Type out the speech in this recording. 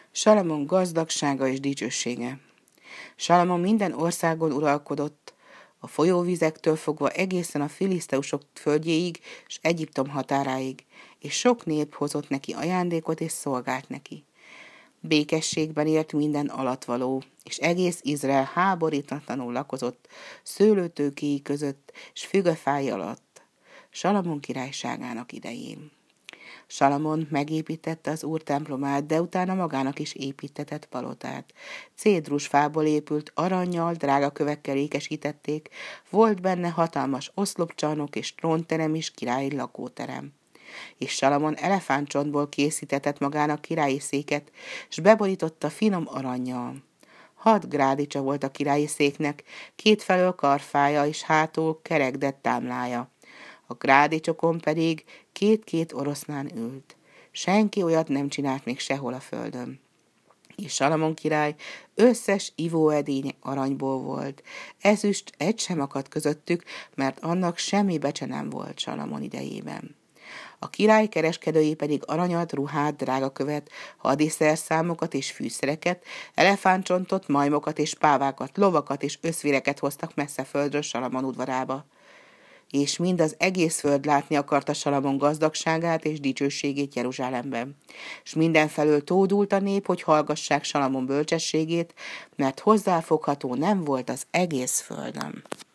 Salamon gazdagsága és dicsősége. Salamon minden országon uralkodott, a folyóvizektől fogva egészen a filiszteusok földjéig és Egyiptom határáig, és sok nép hozott neki ajándékot és szolgált neki. Békességben élt minden alatvaló, és egész Izrael háborítatlanul lakozott szőlőtőkéi között és fügefái alatt, Salamon királyságának idején. Salamon megépítette az Úr templomát, de utána magának is építetett palotát. Cédrusfából épült, arannyal, drága kövekkel ékesítették, volt benne hatalmas oszlopcsarnok és trónterem is, királyi lakóterem. És Salamon elefántcsontból készítetett magának királyi széket, s beborította finom arannyal. 6 grádicsa volt a királyi széknek, kétfelől karfája és hátul kerekdett támlája. A grádicsokon pedig 2 oroszlán ült. Senki olyat nem csinált még sehol a földön. És Salamon király összes ivóedény aranyból volt. Ezüst egy sem akadt közöttük, mert annak semmi becse nem volt Salamon idejében. A király kereskedői pedig aranyat, ruhát, drágakövet, hadiszerszámokat és fűszereket, elefántcsontot, majmokat és pávákat, lovakat és öszvéreket hoztak messze földről Salamon udvarába. És mind az egész föld látni akarta Salamon gazdagságát és dicsőségét Jeruzsálemben. És mindenfelől tódult a nép, hogy hallgassák Salamon bölcsességét, mert hozzáfogható nem volt az egész földön.